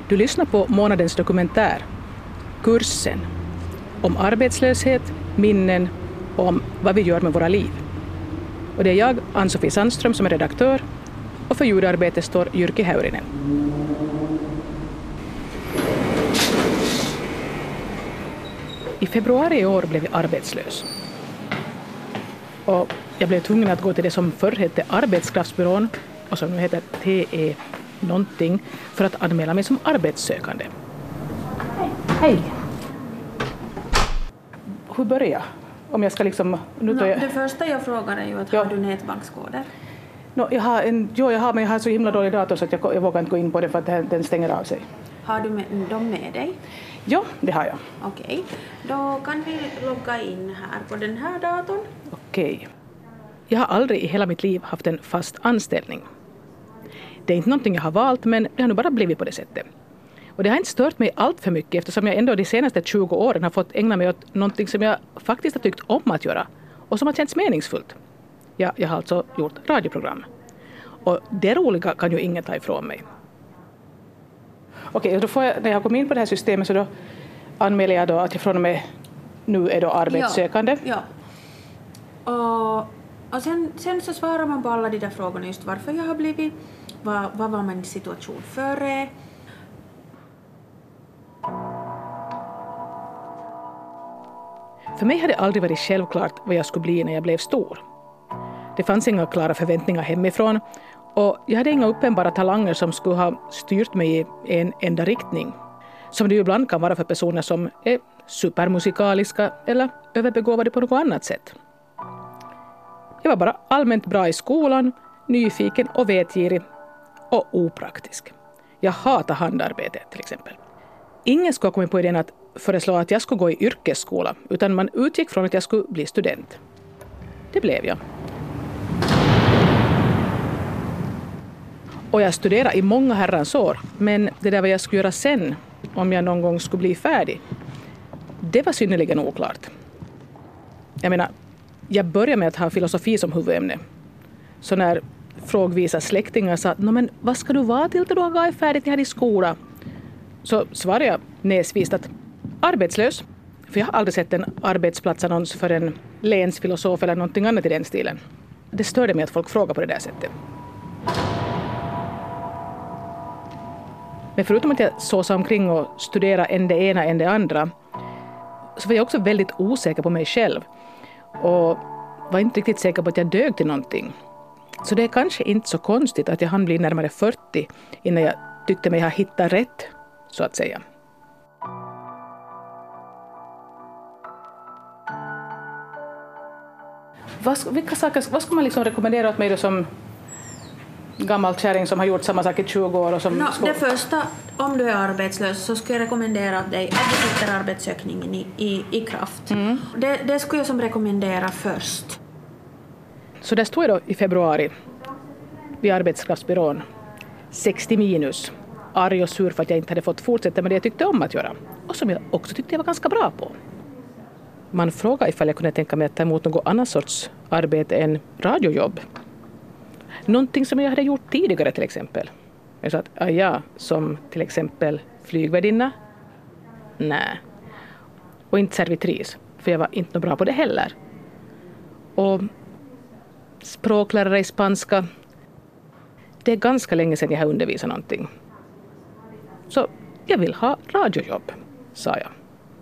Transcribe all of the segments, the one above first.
Du lyssnar på månadens dokumentär, Kursen, om arbetslöshet, minnen och om vad vi gör med våra liv. Och det är jag, Ann-Sofie Sandström, som är redaktör, och för ljudarbetet står Jyrki Häyrinen. I februari i år blev jag arbetslös. Och jag blev tvungen att gå till det som förr hette Arbetskraftsbyrån och som nu heter TE någonting för att anmäla mig som arbetssökande. Hej! Hur börjar jag? Om jag ska liksom... Det första jag frågar är ju att har du nätbankskoder? Jag har, men jag har så himla dålig dator så att jag vågar inte gå in på det för att den stänger av sig. Har du dem med dig? Ja, det har jag. Okej, då kan vi logga in här på den här datorn. Okej. Jag har aldrig i hela mitt liv haft en fast anställning. Det är inte någonting jag har valt, men det har nu bara blivit på det sättet. Och det har inte stört mig allt för mycket eftersom jag ändå de senaste 20 åren har fått ägna mig åt någonting som jag faktiskt har tyckt om att göra och som har känts meningsfullt. Jag har alltså gjort radioprogram. Och det roliga kan ju ingen ta ifrån mig. Okej, då får jag, när jag kommer in på det här systemet så då anmäler jag då att jag från och med nu är då arbetssökande. Ja. Och sen så svarar man på alla de där frågorna just varför jag har blivit, vad var min situation före. För mig hade det aldrig varit självklart vad jag skulle bli när jag blev stor. Det fanns inga klara förväntningar hemifrån och jag hade inga uppenbara talanger som skulle ha styrt mig i en enda riktning. Som det ju ibland kan vara för personer som är supermusikaliska eller överbegåvade på något annat sätt. Jag var bara allmänt bra i skolan, nyfiken och vetgirig och opraktisk. Jag hatar handarbete till exempel. Ingen skulle ha kommit på idén att föreslå att jag skulle gå i yrkesskola utan man utgick från att jag skulle bli student. Det blev jag. Och jag studerade i många herrans år, men det där vad jag skulle göra sen, om jag någon gång skulle bli färdig, det var synnerligen oklart. Jag menar, jag började med att ha filosofi som huvudämne. Så när frågvisa släktingar sa, men vad ska du vara till du har gått färdigt här i skolan? Så svarade jag näsvist att arbetslös. För jag har aldrig sett en arbetsplatsannons för en länsfilosof eller någonting annat i den stilen. Det störde mig att folk frågar på det där sättet. Men förutom att jag såg omkring och studerade en det ena en det andra så var jag också väldigt osäker på mig själv. Och var inte riktigt säker på att jag dög till någonting. Så det är kanske inte så konstigt att jag hann bli närmare 40 innan jag tyckte mig ha hittat rätt, så att säga. Vad ska man liksom rekommendera åt mig då som gammal kärring som har gjort samma sak i 20 år? Och som det första, om du är arbetslös så skulle jag rekommendera dig att du sätter arbetssökningen i kraft. Mm. Det skulle jag som rekommendera först. Så där stod jag då i februari vid Arbetskraftsbyrån. 60 minus. Arg och sur för att jag inte hade fått fortsätta med det jag tyckte om att göra. Och som jag också tyckte jag var ganska bra på. Man frågade ifall jag kunde tänka mig att ta emot något annat sorts arbete än radiojobb. Någonting som jag hade gjort tidigare till exempel. Jag sa att som till exempel flygvärdinna? Nej. Och inte servitris, för jag var inte bra på det heller. Och språklärare i spanska. Det är ganska länge sedan jag har undervisat någonting. Så jag vill ha radiojobb, sa jag.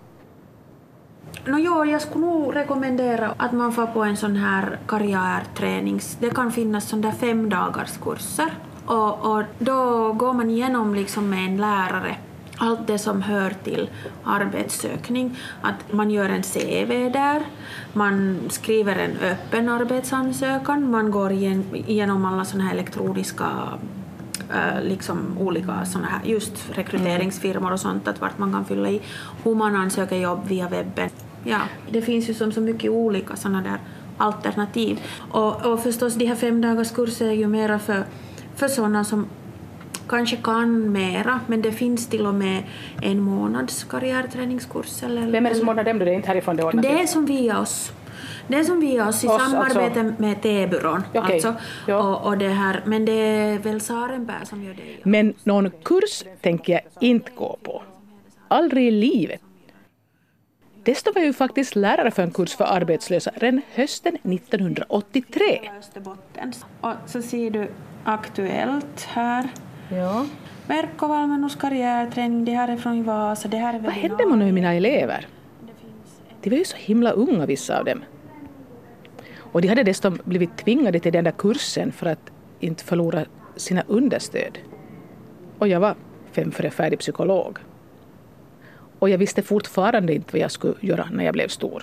Jag skulle nog rekommendera att man får på en sån här karriärträning. Det kan finnas sån där 5 dagars kurser. Och då går man igenom liksom med en lärare allt det som hör till arbetssökning. Att man gör en CV där, man skriver en öppen arbetsansökan, man går igenom alla såna här elektroniska liksom olika såna här just rekryteringsfirmor och sånt, att vart man kan fylla i hur man ansöker jobb via webben. Ja, det finns ju som så mycket olika såna där alternativ. Och förstås de här 5 dagars kurser är ju mera för sådana som kanske kan mera, men det finns till och med en månads karriärträningskurs. Vem är det som ordnar dem? Det är inte härifrån det ordnas? Det är som via oss. Det är som vi oss i samarbete alltså med T-byrån. Okay. Alltså, och det här, men det är väl Sarenberg som gör det. Men någon kurs tänker jag inte gå på. Aldrig i livet. Dessutom var jag ju faktiskt lärare för en kurs för arbetslösa redan hösten 1983. Och så ser du Aktuellt här. Ja. Verkkovalmennus karriärträning, det här är från Vasa. Det här är vad hände med nu mina elever? De var ju så himla unga, vissa av dem. Och de hade dessutom blivit tvingade till den där kursen för att inte förlora sina understöd. Och jag var 5 före färdig psykolog. Och jag visste fortfarande inte vad jag skulle göra när jag blev stor.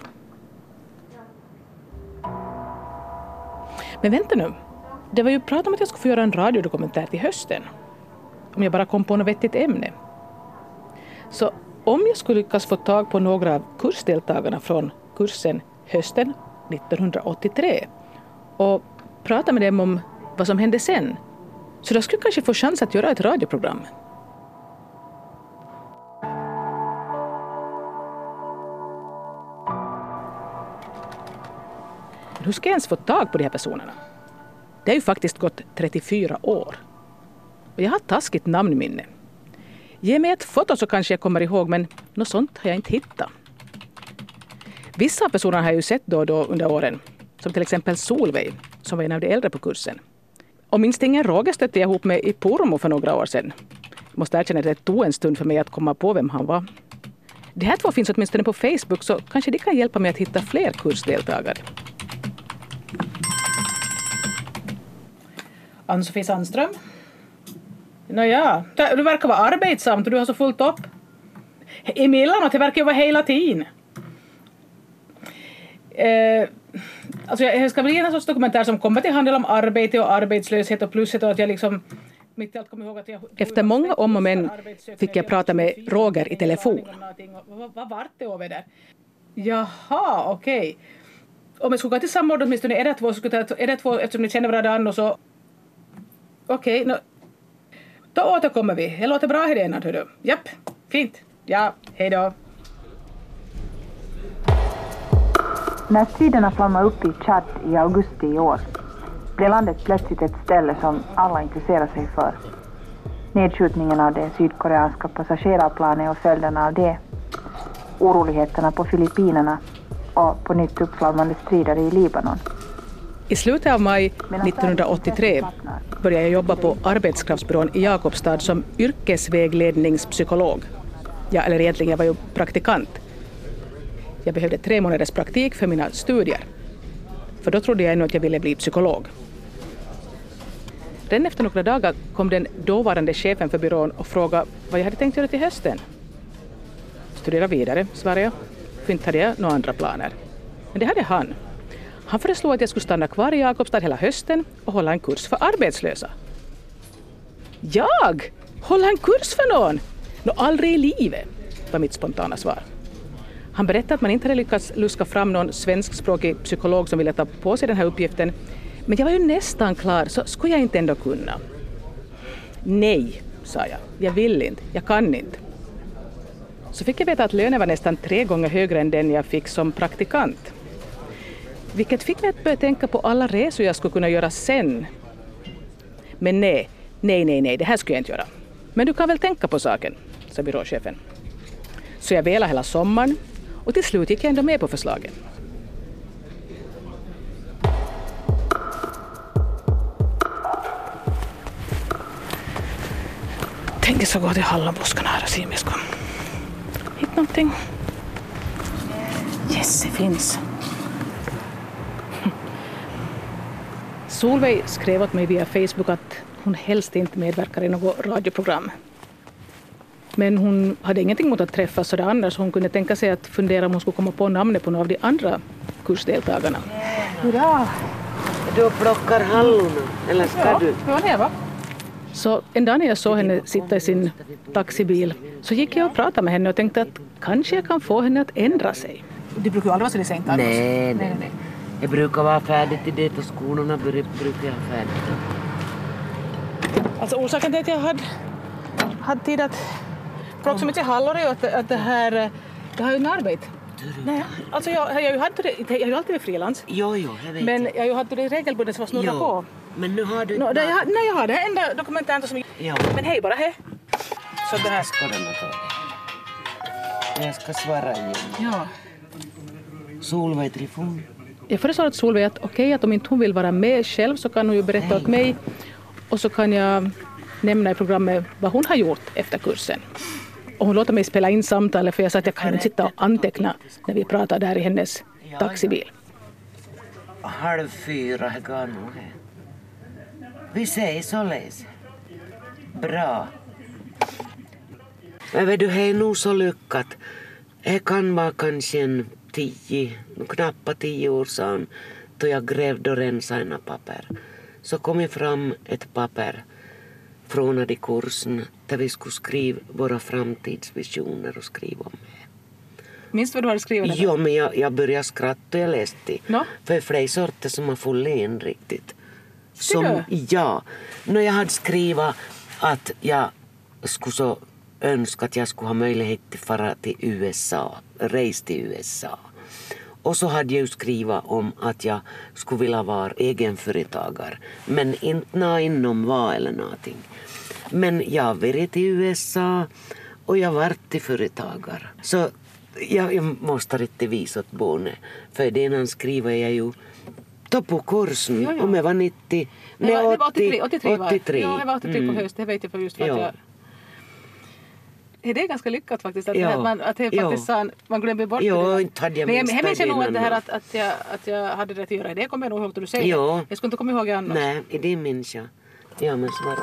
Men vänta nu. Det var ju prat om att jag skulle få göra en radiodokumentär till hösten. Om jag bara kom på något vettigt ämne. Så om jag skulle lyckas få tag på några av kursdeltagarna från kursen hösten 1983 och prata med dem om vad som hände sen, så då skulle jag kanske få chans att göra ett radioprogram. Men hur ska jag ens få tag på de här personerna? Det har ju faktiskt gått 34 år. Och jag har taskigt namnminne. Ge mig ett foto så kanske jag kommer ihåg, men något sånt har jag inte hittat. Vissa personer har jag ju sett då och då under åren. Som till exempel Solveig, som var en av de äldre på kursen. Och minst ingen Roger stötte jag ihop med i Pormo för några år sedan. Jag måste erkänna att det tog en stund för mig att komma på vem han var. De här två finns åtminstone på Facebook, så kanske de kan hjälpa mig att hitta fler kursdeltagare. Ann-Sofie Sandström. Nåja, du verkar vara arbetsamt och du har så fullt upp. Emellanåt, det verkar ju vara hela tiden. Alltså jag ska bli en sorts dokumentär som kommer till handla om arbete och arbetslöshet och plusset och att jag liksom mitt i allt kommer ihåg att jag... Efter många om och men fick jag prata med Roger i telefon. Vad var det över där? Jaha, okej. Om jag skulle gå till samordning åtminstone är det två eftersom ni känner varandra och så... Okej, då återkommer vi. Det låter bra, Helena, hör du. Japp, fint. Ja, hej då. När striderna flammade upp i Chad i augusti i år blev landet plötsligt ett ställe som alla intresserar sig för. Nedskjutningen av det sydkoreanska passagerarplanet och följderna av det, oroligheterna på Filippinerna och på nytt uppflammande strider i Libanon. I slutet av maj 1983 började jag jobba på arbetskraftsbyrån i Jakobstad som yrkesvägledningspsykolog. Ja, eller egentligen jag var ju praktikant. Jag behövde 3 månaders praktik för mina studier. För då trodde jag ännu att jag ville bli psykolog. Redan efter några dagar kom den dåvarande chefen för byrån och frågade vad jag hade tänkt göra till hösten. Studera vidare, svarade jag. För inte hade jag några andra planer. Men det hade han. Han föreslog att jag skulle stanna kvar i Jakobstad hela hösten och hålla en kurs för arbetslösa. Jag? Hålla en kurs för någon? Aldrig i livet, var mitt spontana svar. Han berättade att man inte hade lyckats luska fram någon svenskspråkig psykolog som ville ta på sig den här uppgiften. Men jag var ju nästan klar, så skulle jag inte ändå kunna. Nej, sa jag. Jag vill inte. Jag kan inte. Så fick jag veta att lönen var nästan 3 gånger högre än den jag fick som praktikant. Vilket fick mig att börja tänka på alla resor jag skulle kunna göra sen. Men nej, det här skulle jag inte göra. Men du kan väl tänka på saken, sa byråchefen. Så jag velade hela sommaren och till slut gick jag ändå med på förslaget. Tänk så gå till hallonbuskarna här och se om jag ska hitta någonting. Yes, det finns. Solveig skrev åt mig via Facebook att hon helst inte medverkar i något radioprogram. Men hon hade ingenting mot att träffas så annars. Hon kunde tänka sig att fundera om hon skulle komma på namnet på några av de andra kursdeltagarna. Hurra! Du plockar hallon, eller ska du? Ja, det va? Så en dag när jag såg henne sitta i sin taxibil så gick jag och pratade med henne och tänkte att kanske jag kan få henne att ändra sig. Du brukar ju aldrig vara så sent. Nej. Jag brukar vara färdig till det och skolorna brukar jag ha färdigt. Alltså orsaken till att jag hade tid att fråga så mycket hallor är att det här, jag har ju en arbete. Nej, alltså jag har ju alltid varit frilans. Jo, jag vet. Men jag har ju haft det regelbundet som var snurra på. Men nu har du... Nej, jag har det enda dokumentären som... Ja. Men hej bara, hej. Så det här... Ska den ta det? Jag ska svara igen. Ja. Solveig telefon. Jag föreslår att Solveig att okej, att om inte hon vill vara med själv så kan hon ju berätta åt mig. Och så kan jag nämna i programmet vad hon har gjort efter kursen. Och hon låter mig spela in samtalet för jag sa att jag kan inte sitta och anteckna när vi pratar där i hennes taxibil. 3:30 här går nog här. Vi säger således. Bra. Men vet du, det är nog så lyckat. Det kan vara kanske knappt 10 år sedan då jag grävde och rensade ena papper. Så kom det fram ett papper från de kursen där vi skulle skriva våra framtidsvisioner och skriva om det. Minns du vad du hade skrivit? Jo, men jag började skratta och jag läste. No? För flera sorter som har fullit in riktigt. Ser du? Jag hade skrivit att jag skulle så önska att jag skulle ha möjlighet att fara till USA, resa till USA. Och så hade jag ju skrivit om att jag skulle vilja vara egenföretagare. Men inte inom vad eller någonting. Men jag har varit till USA och jag har varit till företagare. Så jag måste inte visa åt Bone. För det skriver jag ju på kursen. Ja. Om jag var 90... Nej, det var 83 Ja, jag var 83 på höst. Det vet jag för just för att jag... Det är ganska lyckat faktiskt att det faktiskt man glömmer bort det. Jo, inte hade jag minst det. Men jag minns nog att det här att jag hade rätt att göra det. Kommer jag nog ihåg att du säger. Jo. Jag skulle inte komma ihåg annars. Nej, det minns jag. Ja, men svara.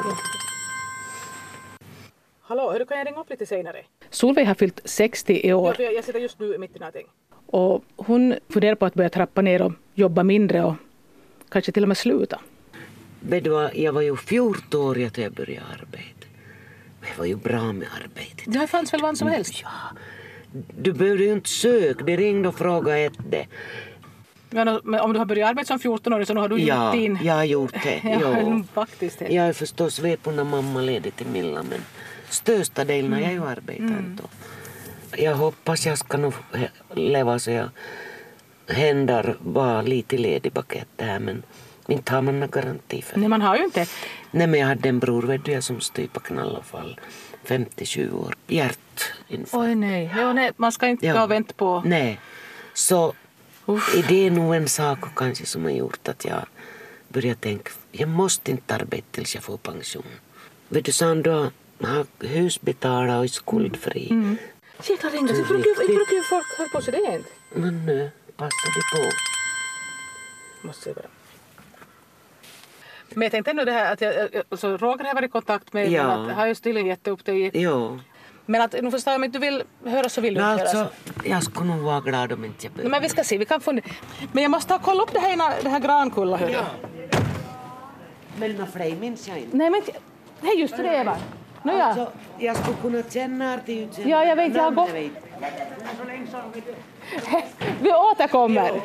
Hallå, hur kan jag ringa upp lite senare? Solveig har fyllt 60 i år. Jag sitter just nu mitt i någonting. Och hon funderar på att börja trappa ner och jobba mindre och kanske till och med sluta. Vet du vad, jag var ju 14 år när jag började arbeta. Det var ju bra med arbetet. Det fanns väl vad som helst? Ja. Du behövde ju inte söka. Det ringde och frågade ett det. Men om du har börjat arbeta som 14-åring så har du gjort din... Ja, jag har gjort det. Ja, faktiskt det. Jag är förstås vet på när mamma ledde till Milla. Men största delen har jag ju arbetat. Jag hoppas jag ska nog leva så jag händer var lite ledig paket där. Men inte har man någon garanti för det. Nej, man har ju inte. Nej, men jag hade en bror vet du, som stypa knallafall. 57 år. Hjärtinfarkt. Oj nej. Jo, nej, man ska inte gå och vänta på... Nej. Så är det nog en sak kanske som har gjort att jag börjar tänka jag måste inte arbeta tills jag får pension. Vet du, Sandra har husbetala och är skuldfri. Jäkla ringde. Inte brukar ju folk höra på sig det inte. Men nu passar det på. Måste se bara. Men jag tänkte ändå det här att alltså Roger har varit i kontakt med men att har just tydligen gett upp dig. Ja. Men att nu förstår jag om inte du vill höra så vill du inte höra. Alltså, jag skulle nog vara glad om inte jag behöver. Men vi ska se, vi kan få... Men jag måste kolla upp det här Grankulla, hörru. Ja. Men några fler minns jag inte. Nej, men det är just det, Eva. Nu ja. Alltså, jag skulle kunna känna till utseendet. Ja, jag vet, jag har gått. Vi återkommer.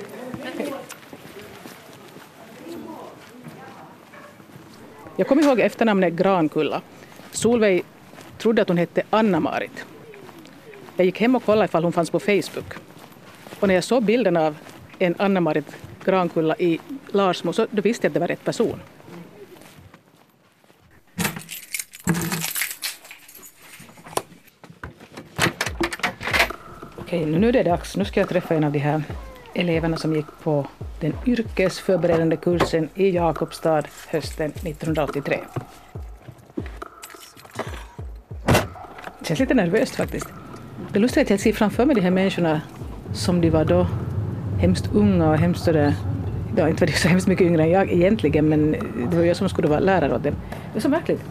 Jag kommer ihåg efternamnet Grankulla. Solveig trodde att hon hette Anna-Marit. Jag gick hem och kollade ifall hon fanns på Facebook. Och när jag såg bilden av en Anna-Marit Grankulla i Larsmo så då visste jag att det var rätt person. Okej, nu är det dags. Nu ska jag träffa en av de här eleverna som gick på den yrkesförberedande kursen i Jakobstad hösten 1983. Det känns lite nervöst faktiskt. Det är lustigt att jag ser framför mig de här människorna som de var då hemskt unga och hemskt sådär. Ja, inte var de så hemskt mycket yngre än jag egentligen, men det var jag som skulle vara lärare åt dem. Det är så märkligt.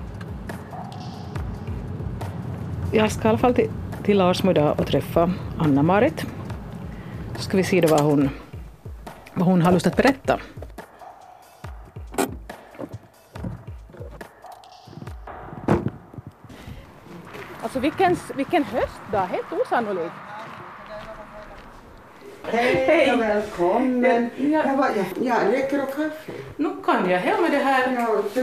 Jag ska i alla fall till Larsmo idag och träffa Anna-Marit. Så ska vi se då vad hon har lust att berätta. Alltså vilken höstdag, helt osannolikt. Hej och välkommen. Jag räcker och kaffe. Nu kan jag hem med det här.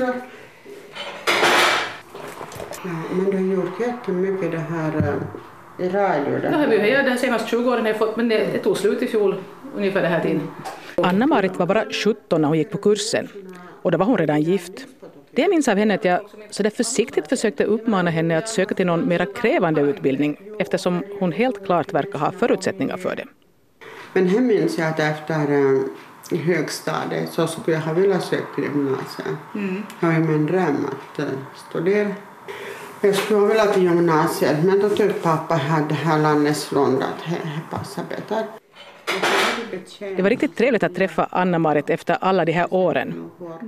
Ja, men du har gjort jättemycket det här I radio? Det har vi de senaste 20 åren har jag fått, men det tog slut i fjol ungefär det här tiden. Anna-Marit var bara 17 när hon gick på kursen och då var hon redan gift. Det minns av henne att jag så där försiktigt försökte uppmana henne att söka till någon mera krävande utbildning eftersom hon helt klart verkar ha förutsättningar för det. Men här minns jag att efter högstadiet så skulle jag ha velat söka till gymnasiet. Jag har ju min dröm att studera. Jag skulle ha velat till gymnasiet, men då tyckte pappa hade här landets London att det passar bättre. Det var riktigt trevligt att träffa Anna-Marit efter alla de här åren.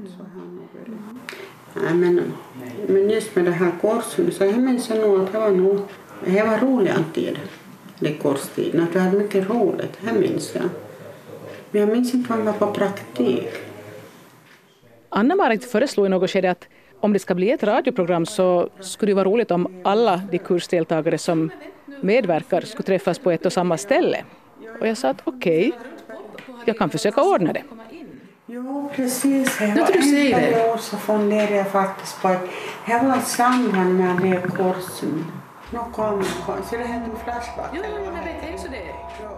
Ja, men just med det här kursen så jag minns nog att det var rolig tid. Det kurstiden, att vi hade mycket roligt, det minns jag. Men jag minns inte vad man var på praktik. Anna-Marit föreslog i något skede att om det ska bli ett radioprogram så skulle det vara roligt om alla de kursdeltagare som medverkar skulle träffas på ett och samma ställe. Och jag sa att okej, jag kan försöka ordna det. Jo, precis. När du säger det. Så funderade jag faktiskt på att det var samband med det kursen. Så det hette en flashback. Jo, jag vet också det.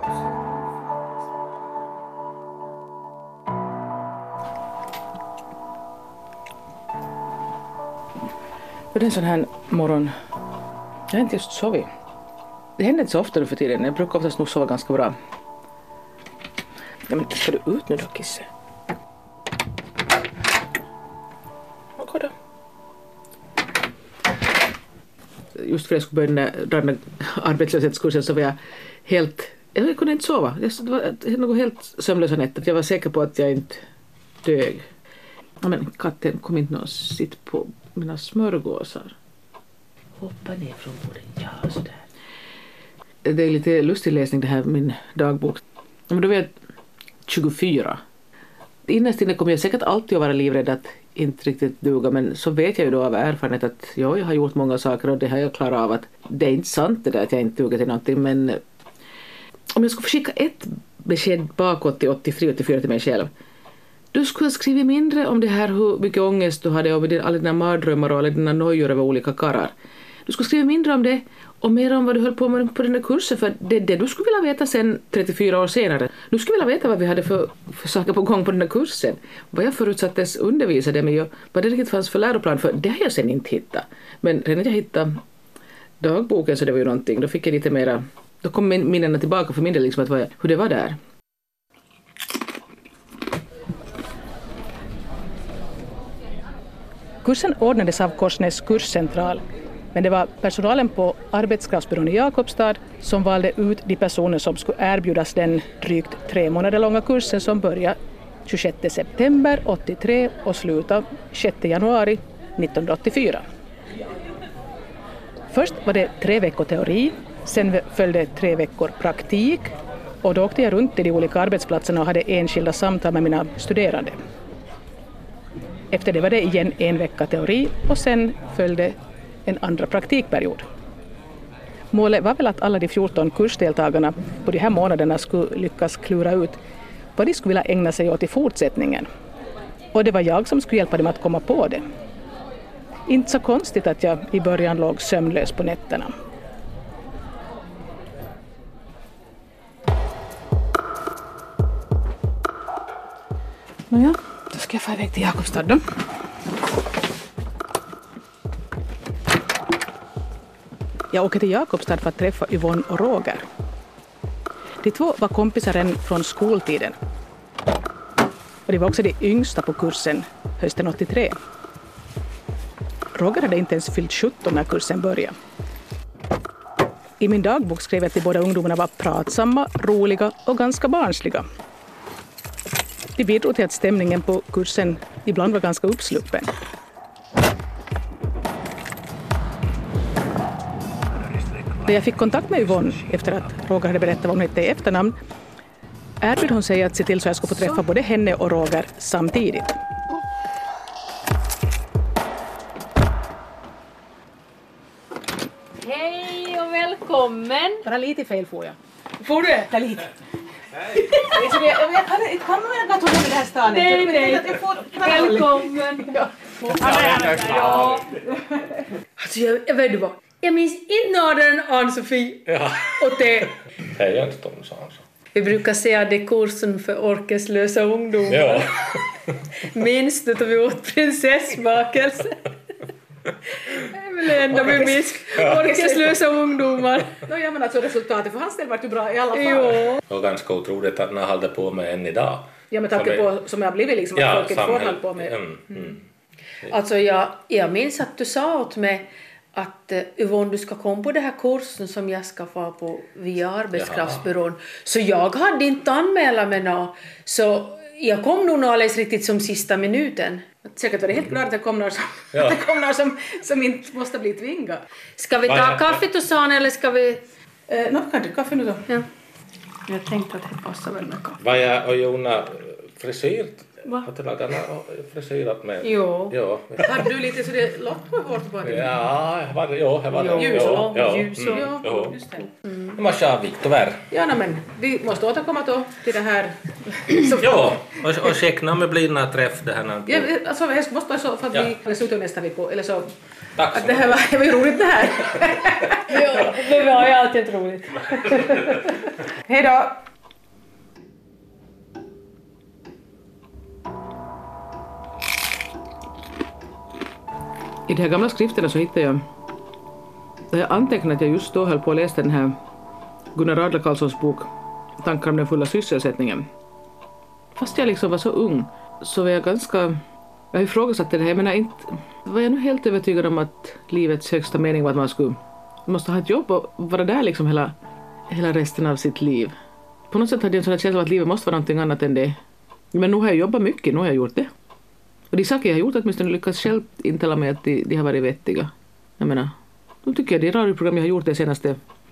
Det är en sån här morgon. Jag har inte just sovit. Det händer inte så ofta nu för tiden. Jag brukar oftast nog sova ganska bra. Ja, men ska du ut nu då, Kisse? Okej då. Just för att jag skulle börja dra den arbetslöshetskursen så var jag jag kunde inte sova. Det var något helt sömnlösa nätter. Jag var säker på att jag inte dög. Ja, men katten kom inte och sitt på mina smörgåsar. Hoppa ner från bordet. Ja, sådär. Det är lite lustig läsning det här, min dagbok. Men då var jag 24. Innerst inne kommer jag säkert alltid att vara livrädd att inte riktigt duga, men så vet jag ju då av erfarenhet att jag har gjort många saker och det har jag klarat av att det är inte sant det där att jag inte duger till någonting, men om jag skulle få skicka ett besked bakåt till 83-84 till mig själv. Du skulle ha skrivit mindre om det här hur mycket ångest du hade och alla dina mardrömmar och alla dina nojor över olika karrar. Du skulle skriva mindre om det och mer om vad du höll på med på den här kursen, för det du skulle vilja veta sen 34 år senare. Du skulle vilja veta vad vi hade för saker på gång på den här kursen. Vad jag förutsattes undervisa det med, vad det riktigt fanns för läroplan, för det har jag sen inte hittat. Men redan jag hittade dagboken så det var ju någonting, då fick jag lite mera, då kom minnena tillbaka för min del liksom att hur det var där. Kursen ordnades av Korsnäs kurscentral, men det var personalen på arbetskraftsbyrån i Jakobstad som valde ut de personer som skulle erbjudas den drygt 3 månader långa kursen som började 26 september 83 och slutade 6 januari 1984. Först var det 3 veckor teori, sen följde 3 veckor praktik och då åkte jag runt till de olika arbetsplatserna och hade enskilda samtal med mina studerande. Efter det var det igen 1 vecka teori och sen följde en andra praktikperiod. Målet var väl att alla de 14 kursdeltagarna på de här månaderna skulle lyckas klura ut vad de skulle vilja ägna sig åt i fortsättningen. Och det var jag som skulle hjälpa dem att komma på det. Inte så konstigt att jag i början låg sömnlös på nätterna. Nåja, då ska jag få iväg till Jakobstad då. Jag åker till Jakobstad för att träffa Yvonne och Roger. De 2 var kompisar än från skoltiden. Och de var också de yngsta på kursen hösten 83. Roger hade inte ens fyllt 17 när kursen började. I min dagbok skrev jag att de båda ungdomarna var pratsamma, roliga och ganska barnsliga. Det bidrog till att stämningen på kursen ibland var ganska uppsluppen. När jag fick kontakt med Yvonne efter att Roger hade berättat vad hon hette i efternamn erbjöd hon sig att se till så jag skulle få träffa både henne och Roger samtidigt. Hej och välkommen! Bara lite fel får jag. Får du äta lite? Jag kan nog inte ta med det här stan. Nej. Välkommen! Ja. Alltså jag vet du vad, Jag minns inte någon Ann-Sofie. Ja. Och det... Det är ju en stund så. Vi brukar säga att det är kursen för orkeslösa ungdomar. Ja. Minns du att vi åt prinsessbakelse? Det är väl det enda vi minns. Orkeslösa ungdomar. Ja, men alltså resultatet för hans del var ju bra i alla fall. Jo. Och ganska otroligt att man håller på med än idag. Ja, med tanke på som jag blivit liksom att folket får hålla på med. Alltså jag minns att du sa åt mig att Yvonne, du ska komma på den här kursen som jag ska få på via arbetskraftsbyrån. Så jag hade inte anmält mig nå. Så jag kom nog alldeles riktigt som sista minuten. Säkert var det helt klart att det kom några som inte måste bli tvinga. Ska vi ta kaffe till Susanne eller ska vi... Kanske kaffe nu då. Ja. Jag tänkte att det passar väl med kaffe. Var jag och Jona frisyr? Va? Har du lagat frisyrat med? Jo. Ja. Hade du lite så det lock på hårt på det? Ja, det var det. Ljus och... Ja, just det. Nu måste jag ha vikt över. Ja, men vi måste återkomma då till det här. Ja, och checka om det blir några träff det här. Ja, alltså jag måste bara så för att vi slutar nästa vecka eller så. Tack så det här var ju roligt det här. Ja, det var ju alltid roligt. Hej då! I de här gamla skrifterna så hittade jag antecknat att jag just då höll på att läsa den här Gunnar Adler-Karlssons bok Tankar om den fulla sysselsättningen. Fast jag liksom var så ung så var jag ifrågasatte det här, men var jag nu helt övertygad om att livets högsta mening var att man måste ha ett jobb och vara där liksom hela resten av sitt liv. På något sätt hade jag en sån här känsla att livet måste vara någonting annat än det. Men nu har jag jobbat mycket, nu har jag gjort det. Och de saker jag har gjort att åtminstone lyckats själv intala mig att de har varit vettiga. Jag menar, då tycker jag de radioprogram jag har gjort de senaste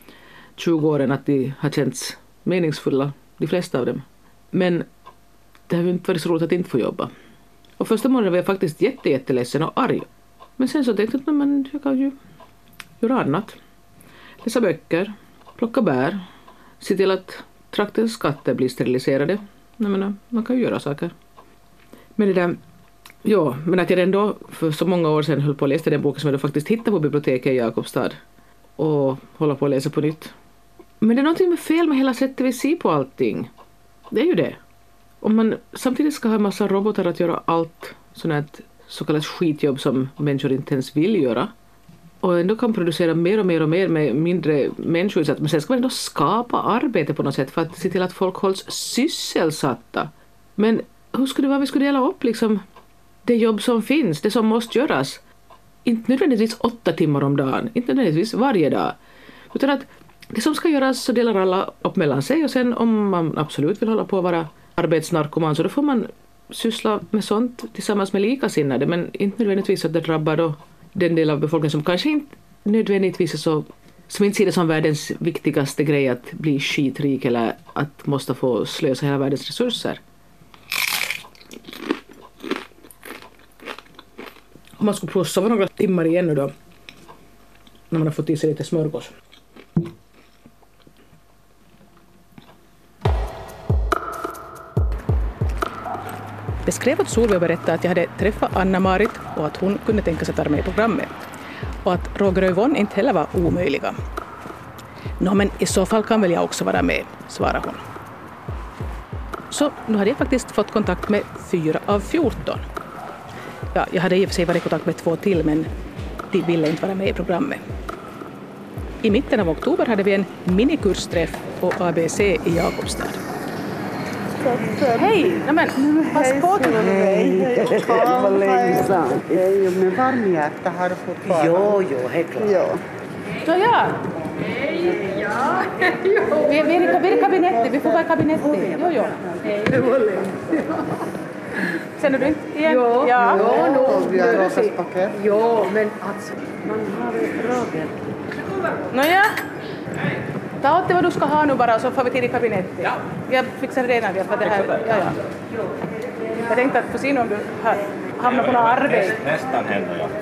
20 åren att de har känts meningsfulla, de flesta av dem. Men det har ju inte varit så roligt att inte få jobba. Och första månaden var jag faktiskt jätteledsen och arg. Men sen så tänkte jag att jag kan ju göra annat. Läsa böcker, plocka bär, se till att traktens skatter blir steriliserade. Jag menar, man kan ju göra saker. Men det där... Ja, men att jag ändå för så många år sedan höll på att läsa den boken som jag då faktiskt hittade på biblioteket i Jakobstad och håller på att läsa på nytt. Men det är någonting med fel med hela sättet vi ser på allting. Det är ju det. Om man samtidigt ska ha en massa robotar att göra allt sådant så kallat skitjobb som människor inte ens vill göra och ändå kan producera mer och mer med mindre människor, men sen ska man ändå skapa arbete på något sätt för att se till att folk hålls sysselsatta. Men hur skulle det vara vi skulle dela upp liksom det jobb som finns, det som måste göras. Inte nödvändigtvis 8 timmar om dagen, inte nödvändigtvis varje dag. Utan att det som ska göras så delar alla upp mellan sig och sen om man absolut vill hålla på att vara arbetsnarkoman så då får man syssla med sånt tillsammans med likasinnade, men inte nödvändigtvis att det drabbar då den del av befolkningen som kanske inte nödvändigtvis är så, som inte ser det som världens viktigaste grej att bli skitrik eller att måste få slösa hela världens resurser. Om man skulle prova sova några timmar igen nu då, när man har fått i sig lite smörgås. Det skrev åt Solveig och berättade att jag hade träffat Anna-Marit och att hon kunde tänka sig att vara med i programmet. Och att Roger och Yvonne inte heller var omöjliga. Nå, men i så fall kan väl jag också vara med, svarade hon. Så nu hade jag faktiskt fått kontakt med 4 av 14. Ja, jag hade i och för sig varit i kontakt med 2 till, men de ville inte vara med i programmet. I mitten av oktober hade vi en minikursträff på ABC i Jakobstad. Hej! Men pass på till Hej! Vad länge sedan. Men varmhjärta har du fortfarande? Jo, helt klart. Ja. Ja. Ja. Vi är i kabinettet. Vi får vara i kabinettet. Jo. Det var länge. Känner du inte igen? Ja. Vi har råkat paket. Jo, men alltså, man har Roger. Nåja. Ta åt det vad du ska ha nu bara så får vi till i kabinettet. Ja. Jag fixar redan det för det här. Ja. Jag tänkte att få se om du hamnar på något arbete. Nästan händer jag.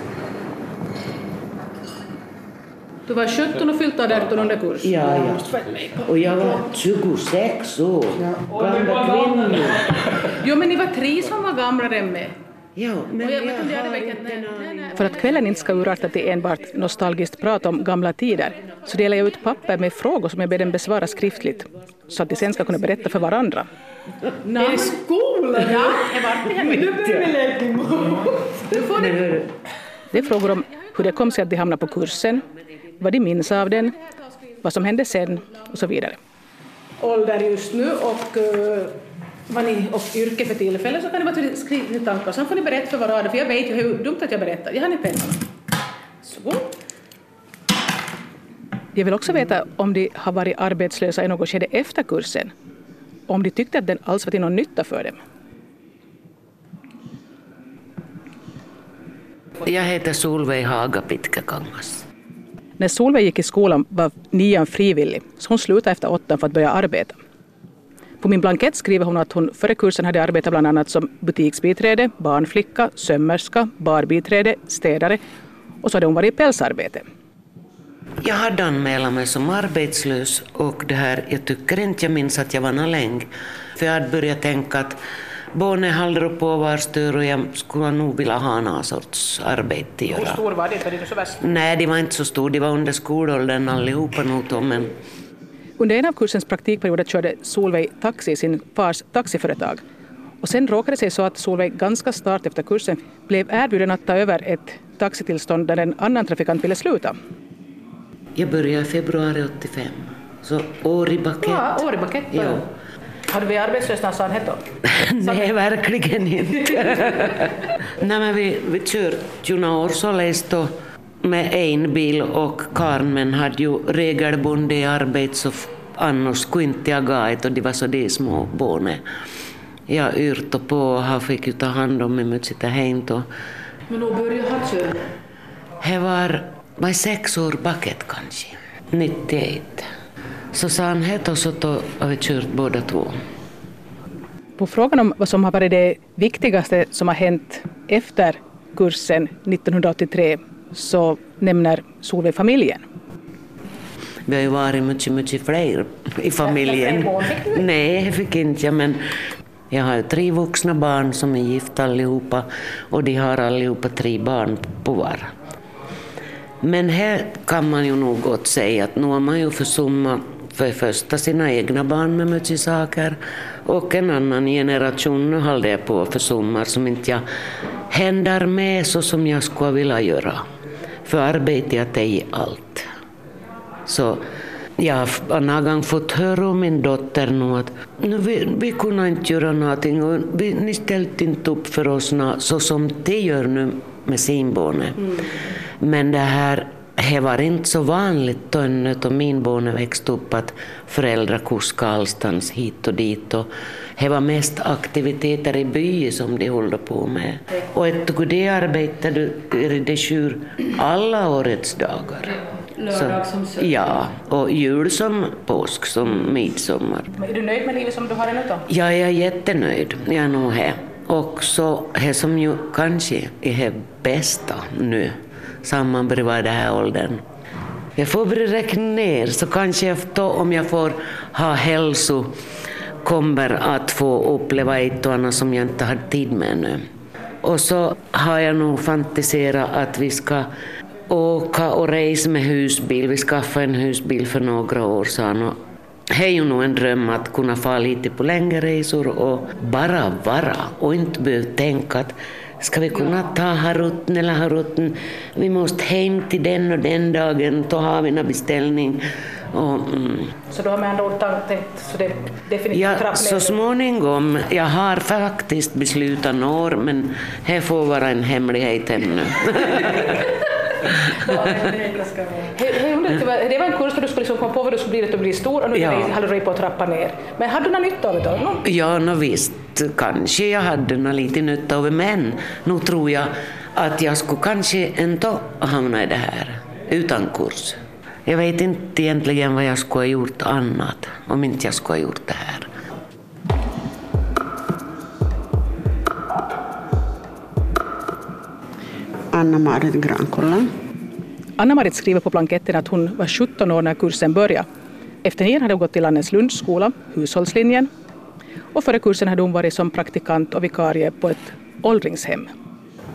Du var 17 och fyllt av 18 under kurs. Ja. Och jag var 26 år. Gamla kvinnor. Jo, men ni var 3 som var gamla än med. Ja, men jag vet om det hade har väckt inte en aning. För att kvällen inte ska urarta till enbart nostalgiskt prat om gamla tider så delar jag ut papper med frågor som jag ber dem besvara skriftligt så att de sen ska kunna berätta för varandra. Är det skolan? Ja, jag var det hemma. Nu börjar vi lägga emot. Det är frågor om hur det kom sig att de hamnade på kursen, vad de minns av den, vad som hände sen och så vidare. Ålder just nu och vad ni och yrke för tillfället så kan det vara skrivna tankar. Sen får ni berätta för varandra för jag vet ju hur dumt att jag berättar. Jag har ni pengarna. Så. Jag vill också veta om de har varit arbetslösa i något skede efter kursen. Om de tyckte att den alls var till någon nytta för dem. Jag heter Solveig Haga Pitkäkangas. När Solveig gick i skolan var 9 frivillig så hon slutade efter 8 för att börja arbeta. På min blankett skriver hon att hon före kursen hade arbetat bland annat som butiksbiträde, barnflicka, sömmerska, barbiträde, städare och så hade hon varit i pälsarbete. Jag hade anmält mig som arbetslös och jag tycker inte jag minns att jag var länge. För jag hade börjat tänka att barnen håller på var stör och jag skulle nog vilja ha någon sorts arbete. Hur stor var det? Var det så värst? Nej, de var inte så stor. De var under skolåldern allihopa nog. Men Under en av kursens praktikperioder körde Solveig taxi i sin fars taxiföretag. Och sen råkade det sig så att Solveig ganska snart efter kursen blev erbjuden att ta över ett taxitillstånd där en annan trafikant ville sluta. jag började i februari 85. Så år i bakett. Ja, år i bakett. Ja. Hade vi arbetslös när han hette? Nej, verkligen inte. Nej, men vi kört ju några år så läste med en bil och Carmen hade ju regelbundet arbete så annars skulle inte jag gå ett och det var så de små barnen. Jag yrte på och han fick ju ta hand om mig med sitt hem. Men då började han köra? Det var 6 år bakåt kanske, 91. Så sa han hett och så har vi kört båda två. På frågan om vad som har varit det viktigaste som har hänt efter kursen 1983 så nämner Solveig familjen. Vi har ju varit mycket fler i familjen. Nej, det fick inte jag, men jag har ju 3 vuxna barn som är gifta allihopa och de har allihopa 3 barn på var. Men här kan man ju nog gott säga att nu har man ju försummat för första sina egna barn med mycket saker och en annan generation nu håller jag på försummar som inte jag händer med så som jag skulle vilja göra. För arbetet är allt. Så jag har någon gång fått höra om min dotter nu att vi kunde inte göra någonting och ni ställde inte upp för oss så som de gör nu med sin barn. Men det var inte så vanligt då min barn växte upp att föräldrar kuskade allstans hit och dit. Och det var mest aktiviteter i byn som de håller på med. Och det arbetade i det djur alla årets dagar. Lördag som söndag? Ja, och jul som påsk som midsommar. Men är du nöjd med livet som du har det nu då? Ja, jag är jättenöjd. Jag är nog här. Och så det som ju kanske är det bästa nu. Samman bredvid det här åldern. Jag får börja räkna ner så kanske jag då, om jag får ha hälso kommer att få uppleva ett och annat som jag inte har tid med nu. Och så har jag nog fantiserat att vi ska åka och resa med husbil. Vi skaffade en husbil för några år sedan. Och det är ju nog en dröm att kunna få lite på längre resor och bara vara och inte behöva tänka att ska vi kunna ta harutten eller harutten? Vi måste hem till den och den dagen, då har vi en beställning. Och, Så du har med andra ord tänkt så det definitivt ja, så småningom. Jag har faktiskt beslutat år, men det får vara en hemlighet ännu. Det var en kurs där du skulle liksom komma på vad du skulle bli, att du blir stor och nu hade du på att trappa ner. Men hade du någon nytta av det då? Ja, visst. Kanske jag hade lite nytta av det, men nu tror jag att jag skulle kanske ändå hamna i det här utan kurs. Jag vet inte egentligen vad jag skulle ha gjort annat om inte jag skulle ha gjort det här. Anna-Marit Grankolla. Anna-Marit skriver på blanketten att hon var 17 år när kursen började. Efter 9 hade hon gått till Landets Lundsskola, hushållslinjen. Och före kursen hade hon varit som praktikant och vikarie på ett åldringshem.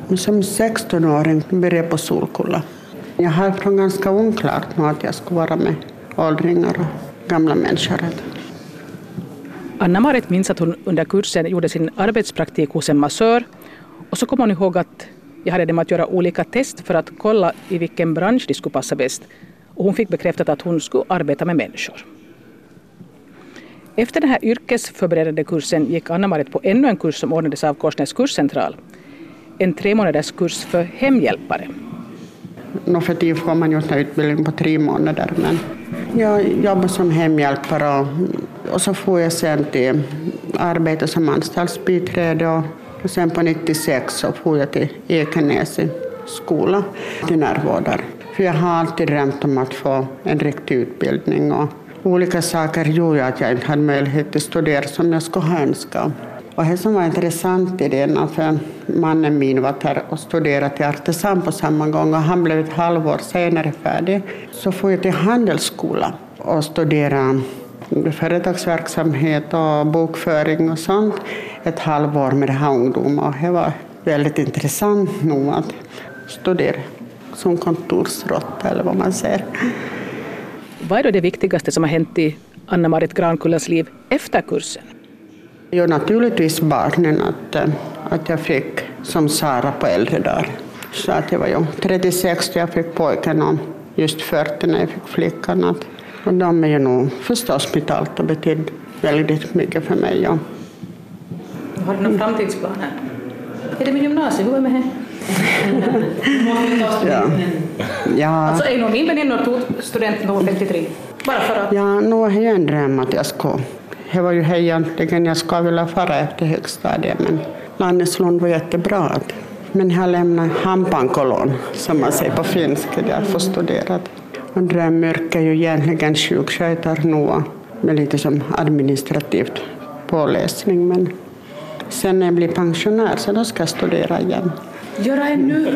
Som 16-åring började jag på Solkulla. Jag har från ganska oklart att jag skulle vara med åldringar och gamla människor. Anna-Marit minns att hon under kursen gjorde sin arbetspraktik hos en massör och så kom hon ihåg att jag hade dem att göra olika test för att kolla i vilken bransch de skulle passa bäst. Och hon fick bekräftat att hon skulle arbeta med människor. Efter den här yrkesförberedande kursen gick Anna-Marit på ännu en kurs som ordnades av Korsnäs kurscentral. En 3-månaders kurs för hemhjälpare. Nå för tid får man ju en utbildning på 3 månader. Men jag jobbar som hemhjälpare och så får jag sen till arbeta som anstaltsbiträde. Och sen på 96 så får jag till Ekenäs skola till närvårdare. För jag har alltid drömt om att få en riktig utbildning. Och olika saker gjorde att jag inte hade möjlighet att studera som jag skulle ha önskat. Och det som var intressant i det, för mannen min var där och studerade till artisan på samma gång och han blev ett halvår senare färdig. Så får jag till handelsskola och studera företagsverksamhet och bokföring och sånt ett halvår med det här ungdomar. Och det var väldigt intressant nog att studera som kontorsråtta eller vad man säger. Vad är då det viktigaste som har hänt i Anna-Marit Grankullas liv efter kursen? Jo, naturligtvis barnen, att jag fick som Sara på äldre dagar. Så att jag var ju 36 när jag fick pojken och just 40 när jag fick flickan. Och de är ju nog förstås mitt allt och betydde väldigt mycket för mig. Ja. Har du några framtidsplaner? Är det med gymnasiet? Hur är det med det? Ja. Alltså är nog min väninna tog studenten då 53? Bara för att... Ja, nu har jag en dröm att jag ska. Det var ju egentligen jag ska vilja fara efter högstadiet, men Lanneslund var jättebra. Men jag lämnade Hampankolon, som man säger på finska, där jag får studera. Och drömyrke är ju egentligen sjukskötare nu, med lite som administrativt påläsning. Men sen när jag blir pensionär så då ska jag studera igen. Gör det nu.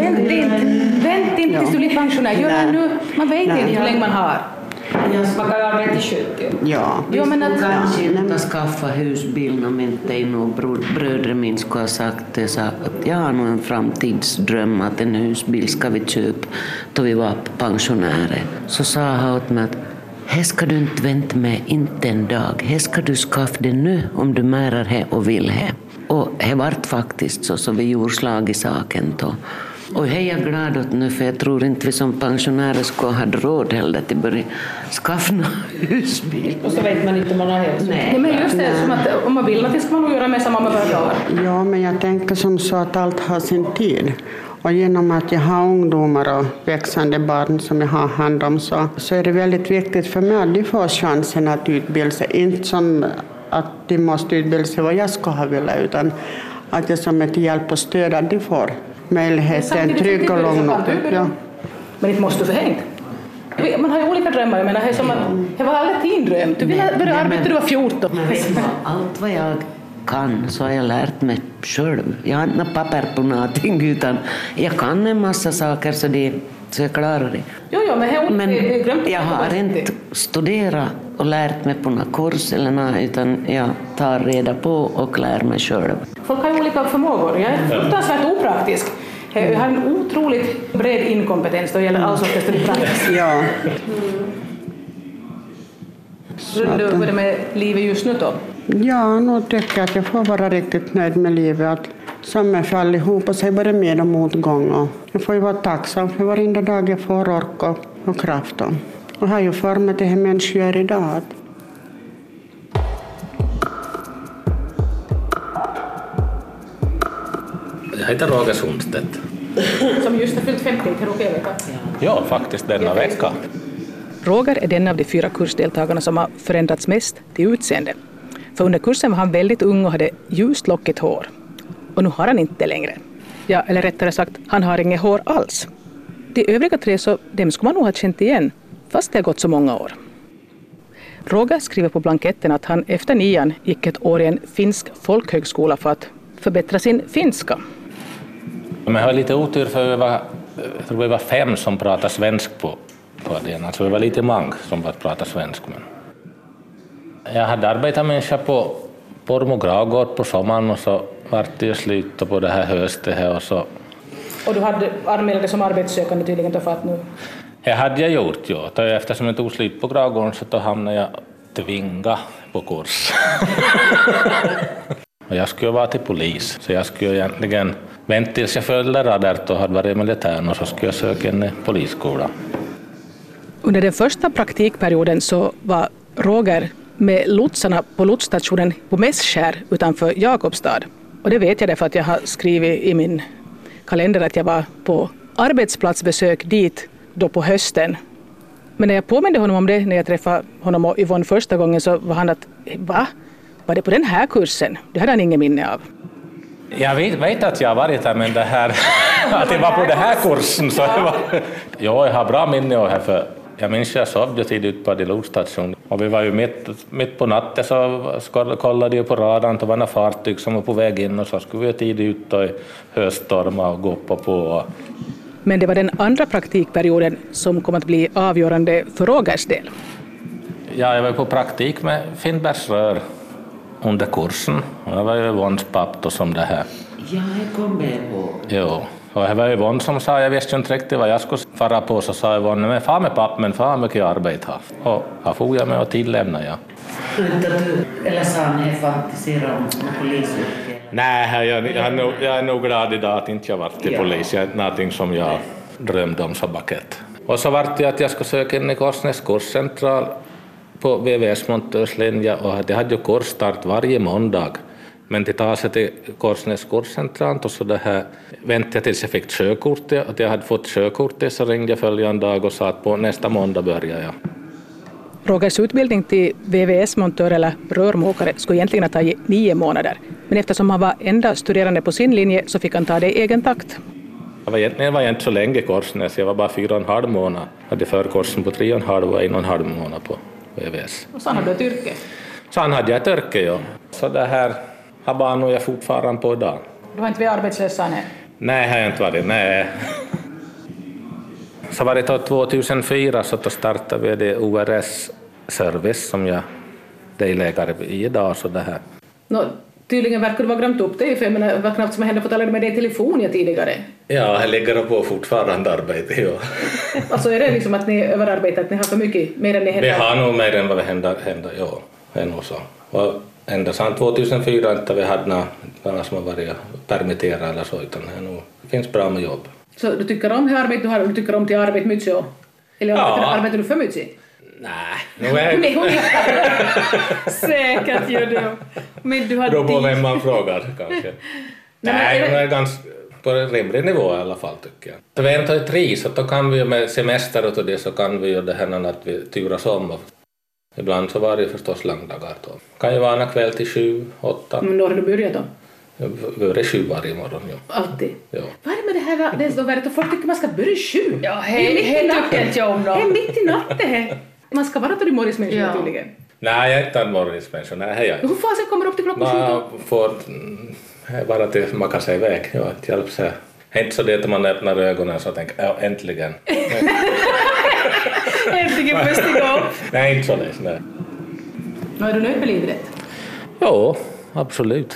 Vänt inte tills du blir pensionär. Gör det nu. Man vet inte hur länge man har. Man kan arbeta i 70. Ja. Jo, men att kanske inte skaffa husbil om inte någon bröder min skulle ha sagt det, så att jag har nog en framtidsdröm att en husbil ska vi köpa då vi var pensionärer. Så sa han åt mig att här ska du inte vänta med inte en dag. Här ska du skaffa det nu om du märar här och vill här. Och det vart faktiskt så vi gjorde slag i saken då. Och jag är glad åt nu, för jag tror inte vi som pensionärer skulle ha råd heller till att börja skaffa husbil. Och så vet man inte om man har hälsa. Nej, men just det, som att om man vill att det ska man nog göra med samma med dagar. Ja, men jag tänker som så att allt har sin tid. Och genom att jag har ungdomar och växande barn som jag har hand om så är det väldigt viktigt för mig att de får chansen att utbilda sig. Inte som att de måste utbilda sig vad jag ska ha vilja, utan att jag som ett hjälp och stöd att de får möjligheten trygg och lång. Ja. Men inte måste du förhängt. Man har ju olika drömmar. Jag menar, det är som att det var aldrig din dröm. Du ville börja arbeta när du var 14. Allt vad jag kan så har jag lärt mig själv. Jag har inte papper på någonting, utan jag kan en massa saker så jag klarar det. Jo, men jag har inte studerat och lärt mig på någon kurs eller något, utan jag tar reda på och lär mig själv. Folk har ju olika förmågor. Jag är fruktansvärt opraktisk. Jag har en otroligt bred inkompetens då det gäller all sorts praktiskt. Ja. Hur är det med livet just nu då? Ja, nu tycker jag att jag får vara riktigt nöjd med livet. Att som är för allihopa så är både med och motgång. Och jag får ju vara tacksam för varenda dag jag får ork och kraft. Och har ju format det här människor gör idag. Jag heter Roger Sundstedt. Som just har fyllt 50, kan du veta? Ja, faktiskt denna vecka. Roger är den av de 4 kursdeltagarna som har förändrats mest till utseende. För under kursen var han väldigt ung och hade ljust lockigt hår. Och nu har han inte längre. Ja, eller rättare sagt, han har inget hår alls. De övriga 3 så dem skulle man nog ha känt igen, fast det har gått så många år. Roger skriver på blanketten att han efter 9:an gick ett år i en finsk folkhögskola för att förbättra sin finska. Men jag har lite otur för jag tror vi var 5 som pratade svensk på den. Alltså det var lite många som bara pratade svensk. Men jag hade arbetat människa på Pormo Gravgård på sommaren och så vart det slut på det här höstet här och så Och du hade anmält dig som arbetssökande tydligen till fatt nu? Det hade jag gjort, ja. Eftersom jag tog slut på Gravgården så då hamnade jag tvinga på kurs. Och jag skulle vara till polis, så jag skulle egentligen vänta tills jag följde radert och hade varit militären och så skulle jag söka en polisskola. Under den första praktikperioden så var Roger med lotsarna på lotsstationen på Mässkär utanför Jakobstad. Och det vet jag därför att jag har skrivit i min kalender att jag var på arbetsplatsbesök dit då på hösten. Men när jag påminde honom om det, när jag träffade honom och Yvonne första gången, så var han att, va? Var det på den här kursen? Det hade han ingen minne av. Jag vet att jag har varit där, men det här, att det var på den här kursen så jag har bra minne av det här, för jag minns jag sov tidigt på lotsstationen och vi var ju mitt på natten så kollade jag på radarn och var några fartyg som var på väg in och så skulle vi tidigt ut och höststorma och gå på. Men det var den andra praktikperioden som kom att bli avgörande för Rogers del. Ja, jag var på praktik med Finnbergs rör under kursen. Och jag var ju Yvonnes papp som det här. Ja, jag kom med på. Jo, och det var Yvonne som sa, jag visste inte riktigt vad jag skulle fara på, så sa Yvonne, men far med papp, men far mycket arbete haft. Och här får jag med och tillämna, ja. Eller sa ni fantisera om polisyrke? Nej, jag är nog glad idag att inte jag varit till polis. Det är någonting som jag drömde om så bakett. Och så var det att jag skulle söka in i Korsnäs kurscentral på VVS montörslinje, och det hade ju kursstart varje måndag. Men det tar sig till Korsnäs kurscentral och så det här väntade jag tills jag fick körkortet. Att jag hade fått körkortet så ringde jag följande dag och sa att på nästa måndag börjar jag. Rogers utbildning till VVS-montör eller rörmokare skulle egentligen ha tagit 9 månader. Men eftersom han var enda studerande på sin linje så fick han ta det i egen takt. Jag var inte så länge i Korsnäs, jag var bara 4,5 månader. Jag hade förkursen på 3,5 och 1,5 månader på VVS. Och så hade du ett yrke? Så hade jag ett yrke, ja. Så det här har bara nog jag fortfarande på idag. Du har inte varit arbetslös, nej? Nej, har jag inte varit, nej. Så var det 2004 så då startade vi det ORS-service som jag delägare i idag. Så det här. Tydligen verkar du vara glömt upp det, för jag menar, det var knappt som jag hände fått alla med dig i telefon tidigare. Ja, jag lägger på fortfarande arbete, ja. Alltså är det liksom att ni överarbetar, att ni har för mycket mer än ni händer? Vi har nog mer än vad vi händer, ja. Det är nog så. Och ända sedan 2004 inte vi hade några som har varit permitterade eller så, utan det finns bra med jobb. Så du tycker om hur arbete du har, du tycker om till arbete mycket så? Eller arbetar du för mycket? Nej, nu är det... Säkert gör du. Men du beror på vem man frågar kanske. Nej, det är ganska på en rimlig nivå i alla fall tycker jag. Så vi tar 3 så då kan vi med semester och det så kan vi göra det här att vi turas om. Ibland så var det förstås långdagar då. Kan ju vara en kväll till 7, 8. Men då har du börjat då? Vi börjar 7 varje morgon, ja. Alltid? Ja. Vad är det med det här? Det är så värdigt att folk tycker man ska börja 7. Ja, hej tycker inte jag om då. Det är mitt i natten. Man ska vara till de morgonsmänniskorna tydligen. Nej, jag är inte en morgonsmänniska. Nej, hej. Hur fasen kommer upp till klockan 7 då? Man får bara till man kan sig iväg. Ja, det hjälps här. Det är inte så det att man öppnar ögonen så tänker ja, äntligen. Äntligen först igång. Nej, inte så lätt. Nej. Är du nöjd med livet? Ja, absolut.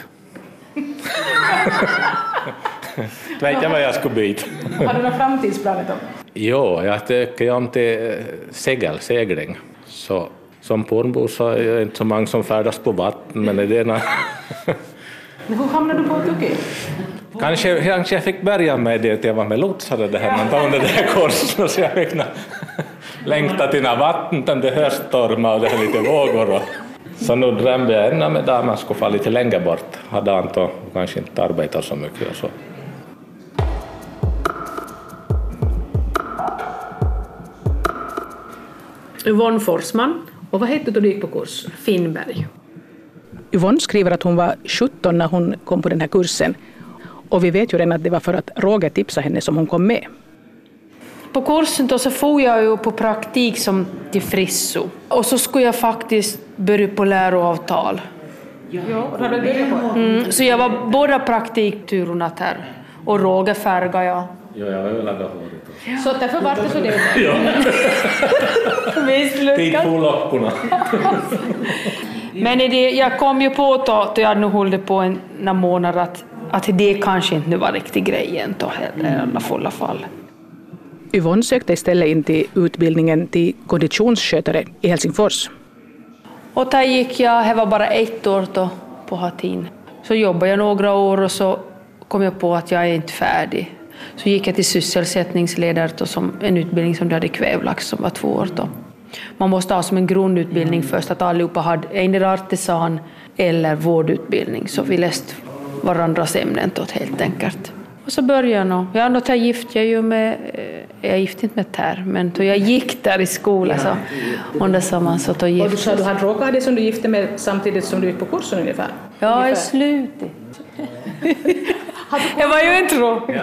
Vet jag vad jag skulle byta. Har du några framtidsplaner då? Jo, jag tycker om till segling. Så som pornbo så är det inte så många som färdas på vatten, men det är Men hur hamnade du på Tuki? Kanske jag fick börja med det att jag var med lotsare det här, men då under det här kursen så jag fick längta till vatten, den det höststormar och det här lite vågor. Och så nu drömde jag ännu med där man skulle få lite längre bort. Hade Anton kanske inte arbetat så mycket och så. Yvonne Forsman. Och vad hette du gick på kurs? Finnberg. Yvonne skriver att hon var 17 när hon kom på den här kursen. Och vi vet ju redan att det var för att Roger tipsade henne som hon kom med. På kursen då så får jag ju på praktik som till Frisso. Och så skulle jag faktiskt börja på läroavtal. Ja, och hade du på? Så jag var båda praktikturerna här. Och Roger färgade jag. Ja, jag har ju lagat håret. Så därför var det så det? Ja. Visst lyckat. Tid på lockorna. Men jag kom ju på då jag hade nu hållit på en månad att det kanske inte var riktigt grejen då heller i alla fall. Yvonne sökte istället in till utbildningen till konditionsskötare i Helsingfors. Och där gick jag, det var bara 1 år då på Hatin. Så jobbade jag några år och så kom jag på att jag är inte färdig. Så gick jag till sysselsättningsledare då, som en utbildning som du hade i Kvävlax som var 2 år då. Man måste ha som en grundutbildning först att allihopa hade en artisan eller vårdutbildning. Så vi läste varandras ämnen då helt enkelt. Och så började jag nog. Jag är gift, jag gift inte med Tär, men då jag gick där i skolan så under sommaren så då gift. Och du sa att du hade råkat det som du gifte med samtidigt som du gick på kursen ungefär? Ja, i slutet. Jag var ju inte råkad.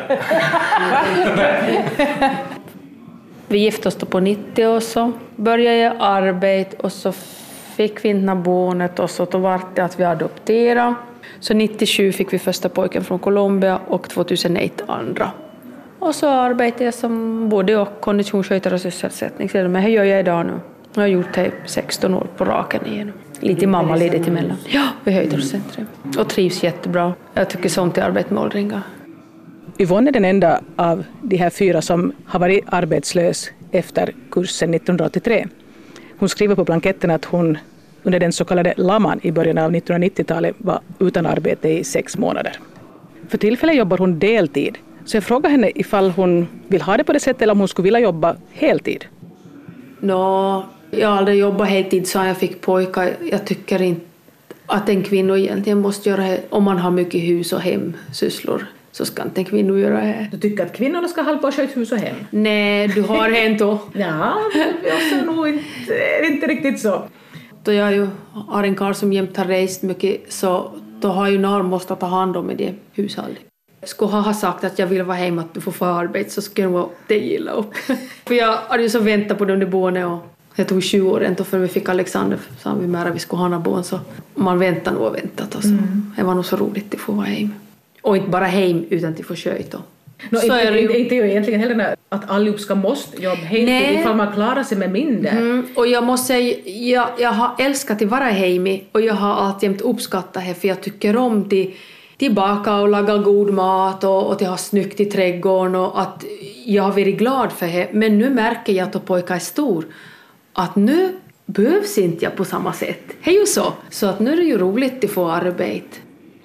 Vi gifte oss då på 90 och så började jag arbeta och så fick vi inte barnet och så då var det att vi adopterade. Så 97 fick vi första pojken från Colombia och 2001 andra. Och så arbetade jag som både och konditionsskötare och sysselsättningsledare. Men det gör jag idag nu. Jag har gjort det 16 år på raken igen. Lite mammaledigt emellan. Ja, vid Höjdalscentrum. Och trivs jättebra. Jag tycker sånt att arbeta med åldringar. Yvonne är den enda av de här 4 som har varit arbetslös efter kursen 1983. Hon skriver på blanketten att hon under den så kallade laman i början av 1990-talet var utan arbete i 6 månader. För tillfället jobbar hon deltid. Så jag frågar henne ifall hon vill ha det på det sättet eller om hon skulle vilja jobba heltid. Jag har aldrig jobbat heltid så jag fick pojkar. Jag tycker inte att en kvinna egentligen måste göra det. Om man har mycket hus och hemsysslor så ska inte en kvinna göra det. Du tycker att kvinnorna ska hålla på och sköta hus och hem? Nej, du har hänt då. Ja, jag ser nog inte riktigt så. Då jag har en karl som jämt har rest mycket så då har ju någon måste ta hand om det hushållet. Skulle ha sagt att jag vill vara hemma att du får få arbete så skulle jag det gilla upp. För jag hade ju så väntat på dem de boende och det tog 20 år ändå för vi fick Alexander så vi med att vi skulle ha några barn så man väntar nog och väntat och så. Det var nog så roligt att få vara hem. Och inte bara hem utan att få sköta. Så är det inte ju egentligen heller att allihop ska måste jobba heltid ifall man klarar sig med mindre. Och jag måste säga, jag har älskat att vara hemma och jag har alltid uppskattat det för jag tycker om att baka och laga god mat och att ha snyggt i trädgården och att jag har varit glad för det. Men nu märker jag att pojkar är stor att nu behövs inte jag på samma sätt. Det är ju så. Så att nu är det ju roligt att få arbete.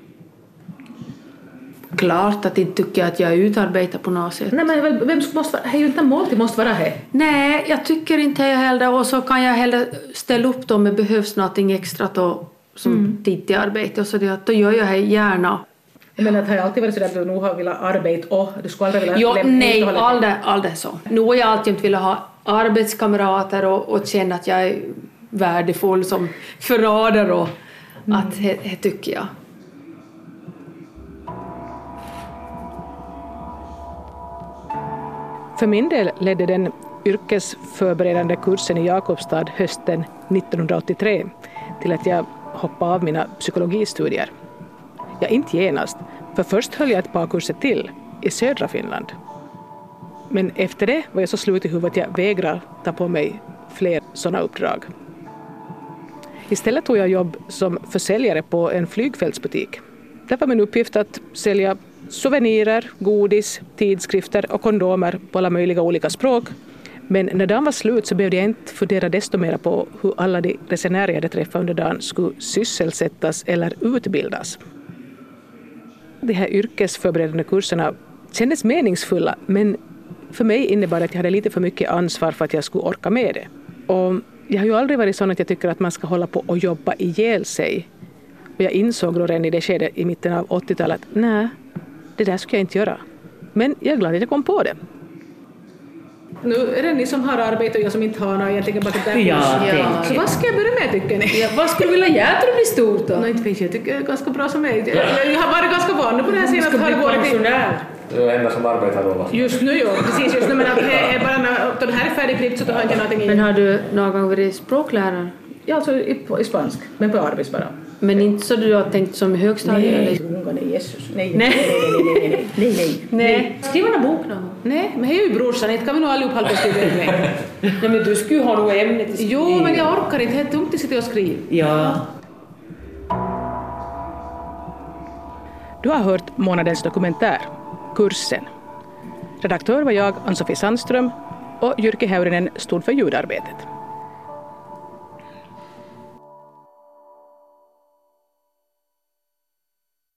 Klart att inte tycker att jag är utarbetad på något sätt. Nej, men vem måste vara, det är ju inte mål till måste vara här. Nej, jag tycker inte jag heller. Och så kan jag heller ställa upp om det behövs någonting extra då, som tid till arbete. Och så det, då gör jag det gärna. Men att har jag alltid varit så där att du nog har velat arbeta och du skulle aldrig vilja lämna? Nej, aldrig så. Nu har jag alltid velat ha arbetskamrater och känna att jag är värdefull som förrädare och att det tycker jag. För min del ledde den yrkesförberedande kursen i Jakobstad hösten 1983 till att jag hoppade av mina psykologistudier. Jag inte genast, för först höll jag ett par kurser till i södra Finland. Men efter det var jag så slut i huvudet att jag vägrade ta på mig fler sådana uppdrag. Istället tog jag jobb som försäljare på en flygfältsbutik. Där var min uppgift att sälja souvenirer, godis, tidskrifter och kondomer på alla möjliga olika språk. Men när dagen var slut så behövde jag inte fundera desto mer på hur alla de resenärer jag träffade under dagen skulle sysselsättas eller utbildas. De här yrkesförberedande kurserna kändes meningsfulla, men för mig innebar det att jag hade lite för mycket ansvar för att jag skulle orka med det. Och jag har ju aldrig varit sån att jag tycker att man ska hålla på och jobba ihjäl sig. Och jag insåg då redan i det skedet i mitten av 80-talet att nej, det där skulle jag inte göra. Men jag är glad att jag kom på det. Nu är det ni som har arbete och jag som inte har något egentligen bara där. Ja. Så vad ska jag börja med tycker ni? Ja, vad skulle du vilja göra till att bli stort då? Nej, inte vet jag. Tycker jag är ganska bra som jag. Jag har varit ganska van på det här senaste halvåret. Du är enda som arbetar då? Just nu, ja. Precis just nu. Men att det är bara när den här är färdigklippt så då har jag inte någonting i. Men har du någon gång varit språklärare? Ja, alltså i spansk. Men på arbets bara. Men inte så du har tänkt som i högstadiet? Nej, Jesus. Nej. Skriva en bok någon. Nej, men det är ju brorsan. Inte kan vi nog allihop hålla på att skriva med. Nej, men du skulle ha något ämne till skriva. Jo, men jag orkar inte. Det är tungt att sitta och skriva. Ja. Du har hört månadens dokumentär, Kursen. Redaktör var jag, Ann-Sofie Sandström, och Jyrki Häyrinen stod för ljudarbetet.